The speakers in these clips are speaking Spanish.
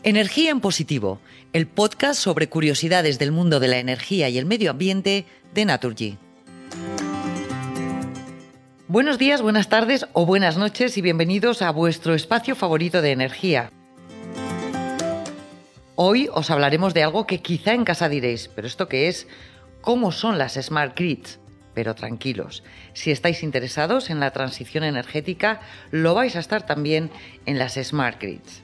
Energía en Positivo, el podcast sobre curiosidades del mundo de la energía y el medio ambiente de Naturgy. Buenos días, buenas tardes o buenas noches y bienvenidos a vuestro espacio favorito de energía. Hoy os hablaremos de algo que quizá en casa diréis, ¿pero esto qué es? ¿Cómo son las Smart Grids? Pero tranquilos, si estáis interesados en la transición energética, lo vais a estar también en las Smart Grids.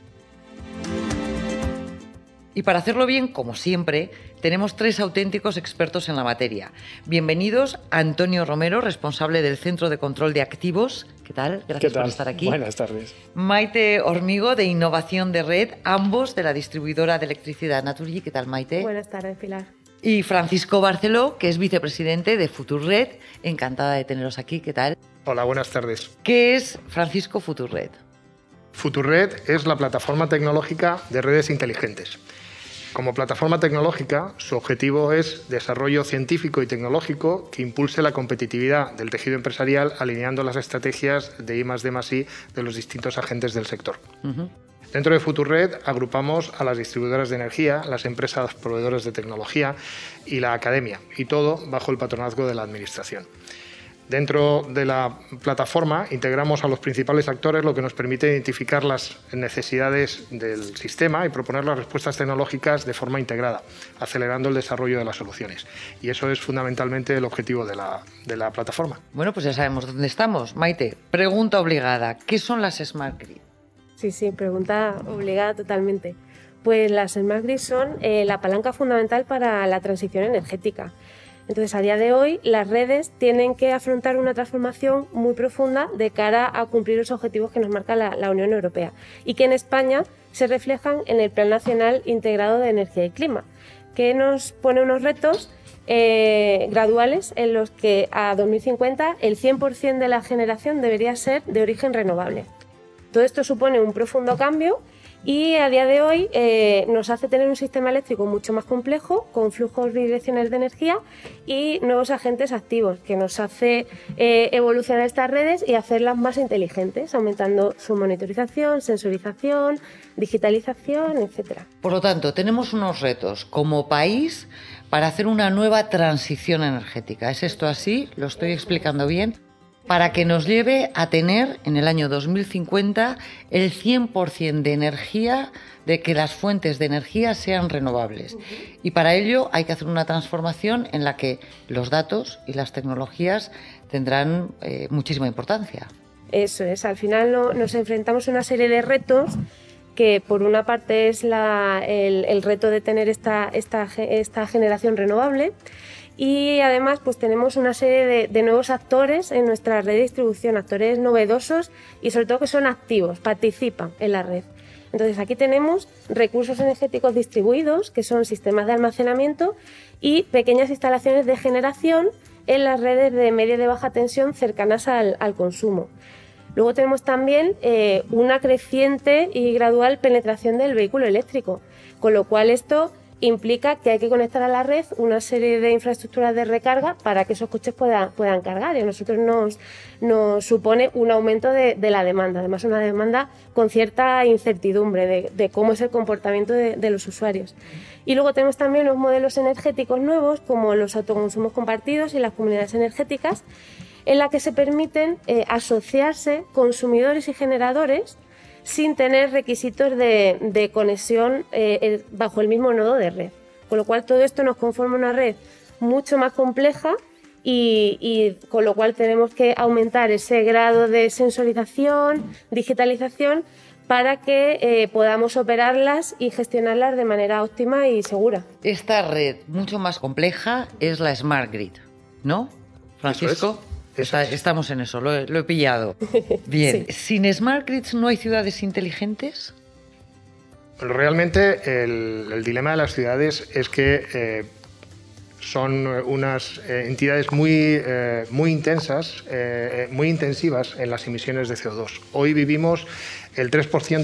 Y para hacerlo bien, como siempre, tenemos tres auténticos expertos en la materia. Bienvenidos a Antonio Romero, responsable del Centro de Control de Activos. ¿Qué tal? Gracias por estar aquí. Buenas tardes. Maite Hormigo, de Innovación de Red, ambos de la distribuidora de electricidad Naturgy. ¿Qué tal, Maite? Buenas tardes, Pilar. Y Francisco Barceló, que es vicepresidente de Futurred. Encantada de teneros aquí. ¿Qué tal? Hola, buenas tardes. ¿Qué es, Francisco, Futurred? Futurred es la plataforma tecnológica de redes inteligentes. Como plataforma tecnológica, su objetivo es desarrollo científico y tecnológico que impulse la competitividad del tejido empresarial alineando las estrategias de I+D+I de los distintos agentes del sector. Dentro de Futurred agrupamos a las distribuidoras de energía, las empresas proveedoras de tecnología y la academia, y todo bajo el patronazgo de la Administración. Dentro de la plataforma integramos a los principales actores, lo que nos permite identificar las necesidades del sistema y proponer las respuestas tecnológicas de forma integrada, acelerando el desarrollo de las soluciones. Y eso es fundamentalmente el objetivo de la plataforma. Bueno, pues ya sabemos dónde estamos. Maite, pregunta obligada. ¿Qué son las Smart Grid? Sí, pregunta obligada totalmente. Pues las Smart Grid son la palanca fundamental para la transición energética. Entonces, a día de hoy, las redes tienen que afrontar una transformación muy profunda de cara a cumplir los objetivos que nos marca la Unión Europea y que en España se reflejan en el Plan Nacional Integrado de Energía y Clima, que nos pone unos retos graduales en los que a 2050 el 100% de la generación debería ser de origen renovable. Todo esto supone un profundo cambio y a día de hoy nos hace tener un sistema eléctrico mucho más complejo, con flujos bidireccionales de energía y nuevos agentes activos, que nos hace evolucionar estas redes y hacerlas más inteligentes, aumentando su monitorización, sensorización, digitalización, etc. Por lo tanto, tenemos unos retos como país para hacer una nueva transición energética. ¿Es esto así? ¿Lo estoy explicando bien? Para que nos lleve a tener en el año 2050 el 100% de energía, de que las fuentes de energía sean renovables. Y para ello hay que hacer una transformación en la que los datos y las tecnologías tendrán muchísima importancia. Eso es, al final nos enfrentamos a una serie de retos que por una parte es el reto de tener esta generación renovable. Y además pues tenemos una serie de nuevos actores en nuestra red de distribución, actores novedosos y sobre todo que son activos, participan en la red. Entonces aquí tenemos recursos energéticos distribuidos, que son sistemas de almacenamiento y pequeñas instalaciones de generación en las redes de media y de baja tensión cercanas al consumo. Luego tenemos también una creciente y gradual penetración del vehículo eléctrico, con lo cual esto implica que hay que conectar a la red una serie de infraestructuras de recarga para que esos coches puedan cargar y a nosotros nos supone un aumento de la demanda, además una demanda con cierta incertidumbre de cómo es el comportamiento de los usuarios. Y luego tenemos también los modelos energéticos nuevos como los autoconsumos compartidos y las comunidades energéticas en la que se permiten asociarse consumidores y generadores sin tener requisitos de conexión bajo el mismo nodo de red. Con lo cual todo esto nos conforma una red mucho más compleja y con lo cual tenemos que aumentar ese grado de sensorización, digitalización, para que podamos operarlas y gestionarlas de manera óptima y segura. Esta red mucho más compleja es la Smart Grid, ¿no, Francisco? Estamos en eso, lo he pillado. Bien, sí. ¿Sin Smart Grids no hay ciudades inteligentes? Realmente el dilema de las ciudades es que son unas entidades muy intensas, muy intensivas en las emisiones de CO2. Hoy vivimos en el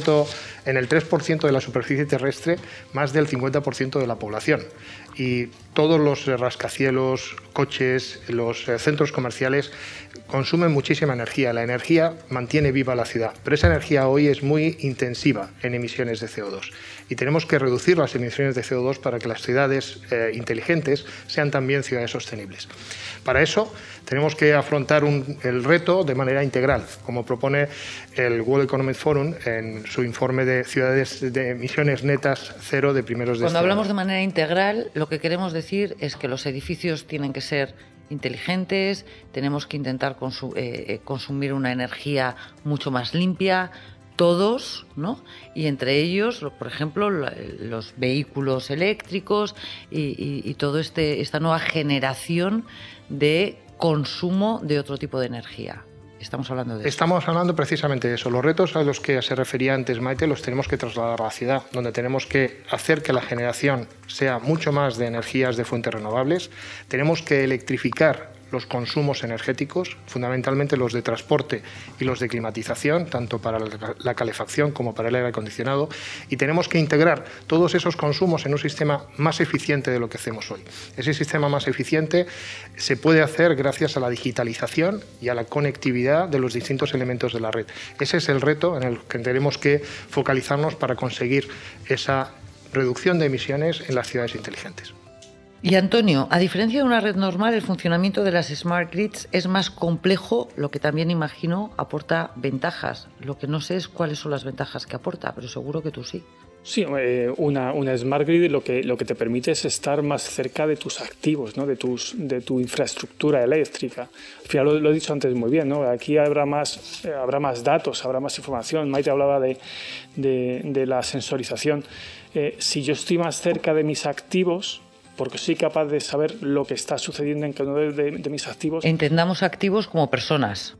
3% de la superficie terrestre, más del 50% de la población. Y todos los rascacielos, coches, los centros comerciales consumen muchísima energía. La energía mantiene viva la ciudad, pero esa energía hoy es muy intensiva en emisiones de CO2. Y tenemos que reducir las emisiones de CO2 para que las ciudades inteligentes sean también ciudades sostenibles. Para eso tenemos que afrontar el reto de manera integral, como propone el World Economic Forum en su informe de ciudades de emisiones netas cero de primeros de Cuando este hablamos año. de manera integral, lo que queremos decir es que los edificios tienen que ser inteligentes, tenemos que intentar consumir una energía mucho más limpia, todos, ¿no? Y entre ellos, por ejemplo, los vehículos eléctricos y toda esta nueva generación de consumo de otro tipo de energía. Estamos hablando de eso. Estamos hablando precisamente de eso. Los retos a los que se refería antes Maite los tenemos que trasladar a la ciudad, donde tenemos que hacer que la generación sea mucho más de energías de fuentes renovables. Tenemos que electrificar los consumos energéticos, fundamentalmente los de transporte y los de climatización, tanto para la calefacción como para el aire acondicionado, y tenemos que integrar todos esos consumos en un sistema más eficiente de lo que hacemos hoy. Ese sistema más eficiente se puede hacer gracias a la digitalización y a la conectividad de los distintos elementos de la red. Ese es el reto en el que tenemos que focalizarnos para conseguir esa reducción de emisiones en las ciudades inteligentes. Y Antonio, a diferencia de una red normal, el funcionamiento de las Smart Grids es más complejo, lo que también imagino aporta ventajas. Lo que no sé es cuáles son las ventajas que aporta, pero seguro que tú sí. Sí, una Smart Grid lo que te permite es estar más cerca de tus activos, ¿no? de tu infraestructura eléctrica. Al final lo he dicho antes muy bien, ¿no? Aquí habrá más datos, habrá más información. Maite hablaba de la sensorización. Si yo estoy más cerca de mis activos, porque soy capaz de saber lo que está sucediendo en cada uno de mis activos. Entendamos activos como personas.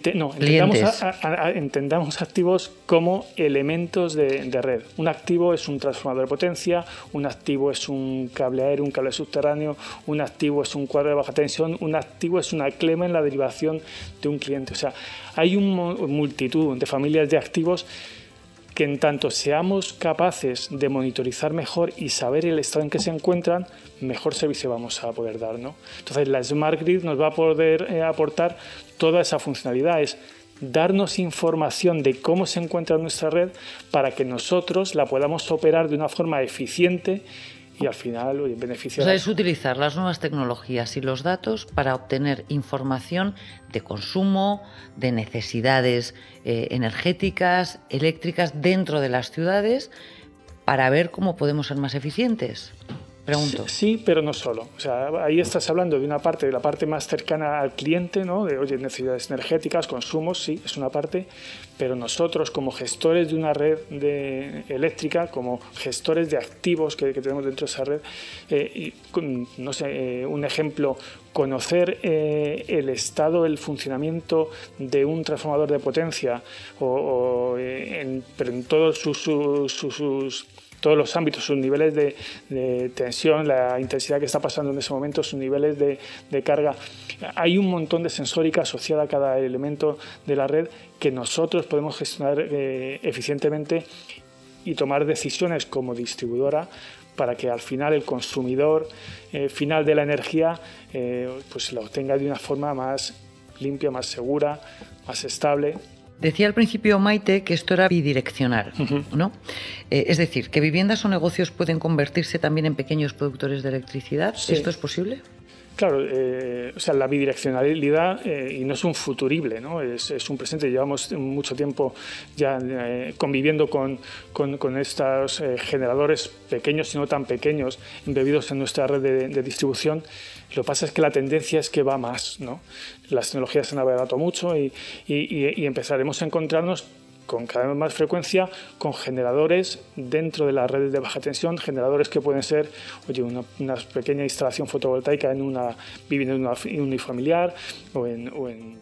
Entendamos activos como elementos de red. Un activo es un transformador de potencia, un activo es un cable aéreo, un cable subterráneo, un activo es un cuadro de baja tensión, un activo es una clema en la derivación de un cliente. O sea, hay una multitud de familias de activos que en tanto seamos capaces de monitorizar mejor y saber el estado en que se encuentran, mejor servicio vamos a poder dar, ¿no? Entonces la Smart Grid nos va a poder aportar toda esa funcionalidad, es darnos información de cómo se encuentra nuestra red para que nosotros la podamos operar de una forma eficiente y al final beneficiar. O sea, es utilizar las nuevas tecnologías y los datos para obtener información de consumo, de necesidades energéticas, eléctricas dentro de las ciudades para ver cómo podemos ser más eficientes. Pregunto. Sí, pero no solo. O sea, ahí estás hablando de una parte, de la parte más cercana al cliente, ¿no? De, oye, necesidades energéticas, consumos, sí, es una parte, pero nosotros como gestores de una red eléctrica, como gestores de activos que tenemos dentro de esa red, no sé, un ejemplo, conocer el estado, el funcionamiento de un transformador de potencia, pero en todos todos los ámbitos, sus niveles de tensión, la intensidad que está pasando en ese momento, sus niveles de carga. Hay un montón de sensórica asociada a cada elemento de la red que nosotros podemos gestionar eficientemente y tomar decisiones como distribuidora para que al final el consumidor final de la energía pues la obtenga de una forma más limpia, más segura, más estable. Decía al principio Maite que esto era bidireccional, ¿no? Es decir, que viviendas o negocios pueden convertirse también en pequeños productores de electricidad. Sí. ¿Esto es posible? Claro, o sea, la bidireccionalidad, y no es un futurible, ¿no? Es un presente. Llevamos mucho tiempo ya conviviendo con estos generadores pequeños y no tan pequeños embebidos en nuestra red de distribución. Lo que pasa es que la tendencia es que va más, ¿no? Las tecnologías se han abaratado mucho y empezaremos a encontrarnos con cada vez más frecuencia con generadores dentro de las redes de baja tensión, generadores que pueden ser, oye, una pequeña instalación fotovoltaica en una vivienda unifamiliar o en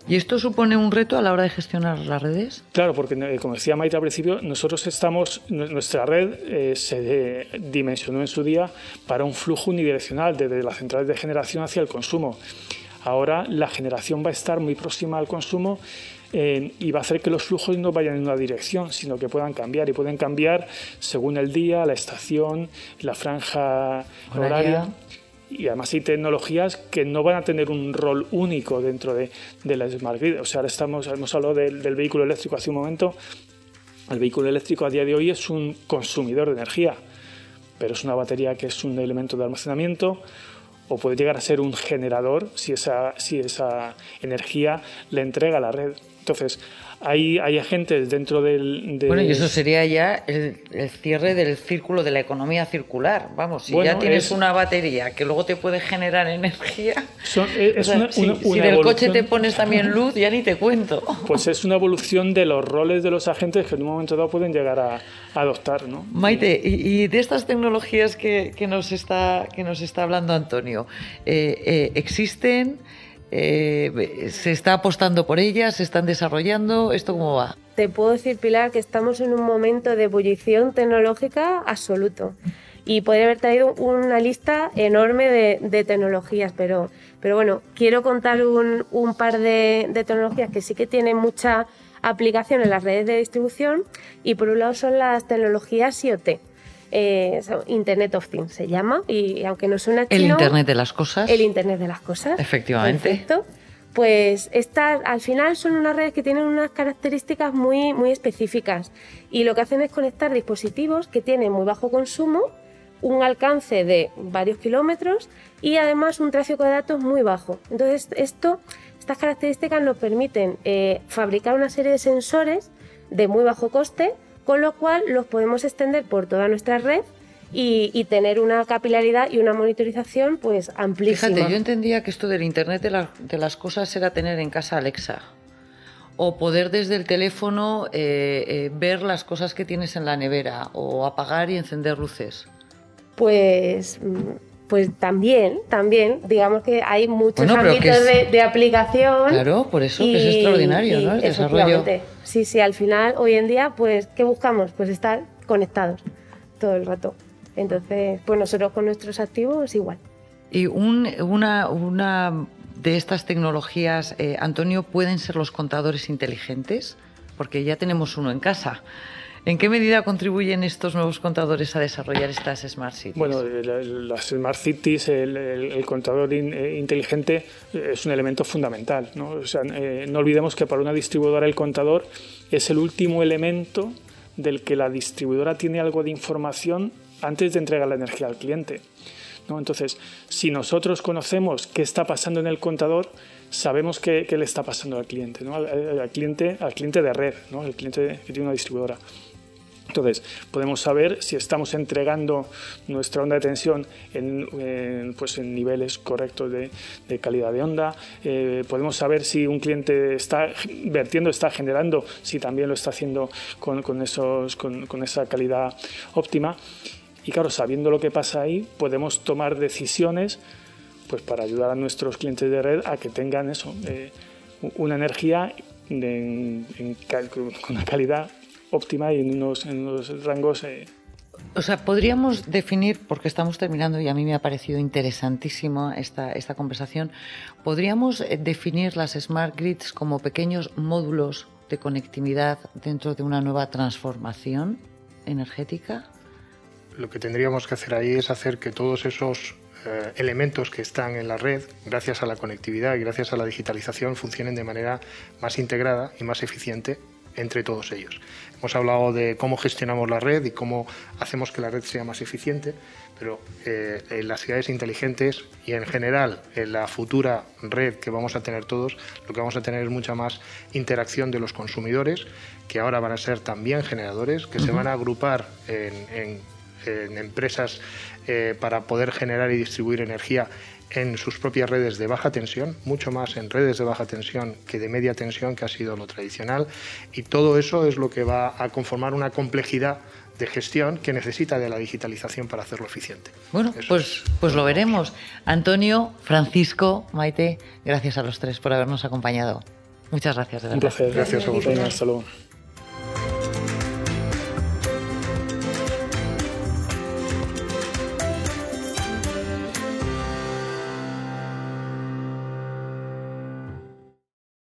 ¿Y esto supone un reto a la hora de gestionar las redes? Claro, porque como decía Maite al principio, nuestra red se dimensionó en su día para un flujo unidireccional desde las centrales de generación hacia el consumo. Ahora la generación va a estar muy próxima al consumo y va a hacer que los flujos no vayan en una dirección, sino que puedan cambiar, y pueden cambiar según el día, la estación, la franja horaria. Y además hay tecnologías que no van a tener un rol único dentro de la Smart Grid. O sea, ahora hemos hablado del vehículo eléctrico hace un momento. El vehículo eléctrico a día de hoy es un consumidor de energía, pero es una batería que es un elemento de almacenamiento, o puede llegar a ser un generador si esa energía le entrega a la red. Entonces, hay agentes dentro Bueno, y eso sería ya el cierre del círculo de la economía circular. Vamos, si ya tienes una batería que luego te puede generar energía... Si del coche te pones también luz, ya ni te cuento. Pues es una evolución de los roles de los agentes que en un momento dado pueden llegar a adoptar, ¿no? Maite, y de estas tecnologías que nos está hablando Antonio, ¿existen? ¿Se está apostando por ellas? ¿Se están desarrollando? ¿Esto cómo va? Te puedo decir, Pilar, que estamos en un momento de ebullición tecnológica absoluto. Y podría haber traído una lista enorme de tecnologías, pero bueno, quiero contar un par de tecnologías que sí que tienen mucha aplicación en las redes de distribución, y por un lado son las tecnologías IoT. Internet of Things se llama, y aunque no suena chino... El Internet de las cosas. El Internet de las cosas. Efectivamente. Perfecto. Pues estas al final son unas redes que tienen unas características muy, muy específicas, y lo que hacen es conectar dispositivos que tienen muy bajo consumo, un alcance de varios kilómetros y además un tráfico de datos muy bajo. Entonces estas características nos permiten fabricar una serie de sensores de muy bajo coste, con lo cual los podemos extender por toda nuestra red y tener una capilaridad y una monitorización pues amplísima. Fíjate, yo entendía que esto del Internet de las cosas era tener en casa Alexa, o poder desde el teléfono ver las cosas que tienes en la nevera, o apagar y encender luces. Pues también, digamos que hay muchos ámbitos de aplicación. Claro, por eso que es extraordinario, ¿no? El desarrollo. Sí, al final, hoy en día, pues, ¿qué buscamos? Pues estar conectados todo el rato. Entonces, pues nosotros con nuestros activos igual. Y una de estas tecnologías, Antonio, ¿pueden ser los contadores inteligentes? Porque ya tenemos uno en casa. ¿En qué medida contribuyen estos nuevos contadores a desarrollar estas Smart Cities? Bueno, las Smart Cities, el contador inteligente es un elemento fundamental, ¿no? O sea, no olvidemos que para una distribuidora el contador es el último elemento del que la distribuidora tiene algo de información antes de entregar la energía al cliente, ¿no? Entonces, si nosotros conocemos qué está pasando en el contador, sabemos qué le está pasando al cliente, ¿no? al cliente de red, ¿no? El cliente que tiene una distribuidora. Entonces, podemos saber si estamos entregando nuestra onda de tensión en niveles correctos de calidad de onda. Podemos saber si un cliente está vertiendo, está generando, si también lo está haciendo con esa calidad óptima. Y claro, sabiendo lo que pasa ahí, podemos tomar decisiones pues para ayudar a nuestros clientes de red a que tengan eso, una energía con una calidad óptima y en unos rangos... O sea, podríamos definir, porque estamos terminando y a mí me ha parecido interesantísima esta conversación, podríamos definir las Smart Grids como pequeños módulos de conectividad dentro de una nueva transformación energética. Lo que tendríamos que hacer ahí es hacer que todos esos elementos que están en la red, gracias a la conectividad y gracias a la digitalización, funcionen de manera más integrada y más eficiente entre todos ellos. Hemos hablado de cómo gestionamos la red y cómo hacemos que la red sea más eficiente, pero en las ciudades inteligentes y en general en la futura red que vamos a tener todos, lo que vamos a tener es mucha más interacción de los consumidores, que ahora van a ser también generadores, que se van a agrupar en empresas para poder generar y distribuir energía en sus propias redes de baja tensión, mucho más en redes de baja tensión que de media tensión, que ha sido lo tradicional, y todo eso es lo que va a conformar una complejidad de gestión que necesita de la digitalización para hacerlo eficiente. Bueno, pues lo veremos. Antonio, Francisco, Maite, gracias a los tres por habernos acompañado. Muchas gracias, de verdad. Un placer. Gracias a vosotros. Venga, hasta luego.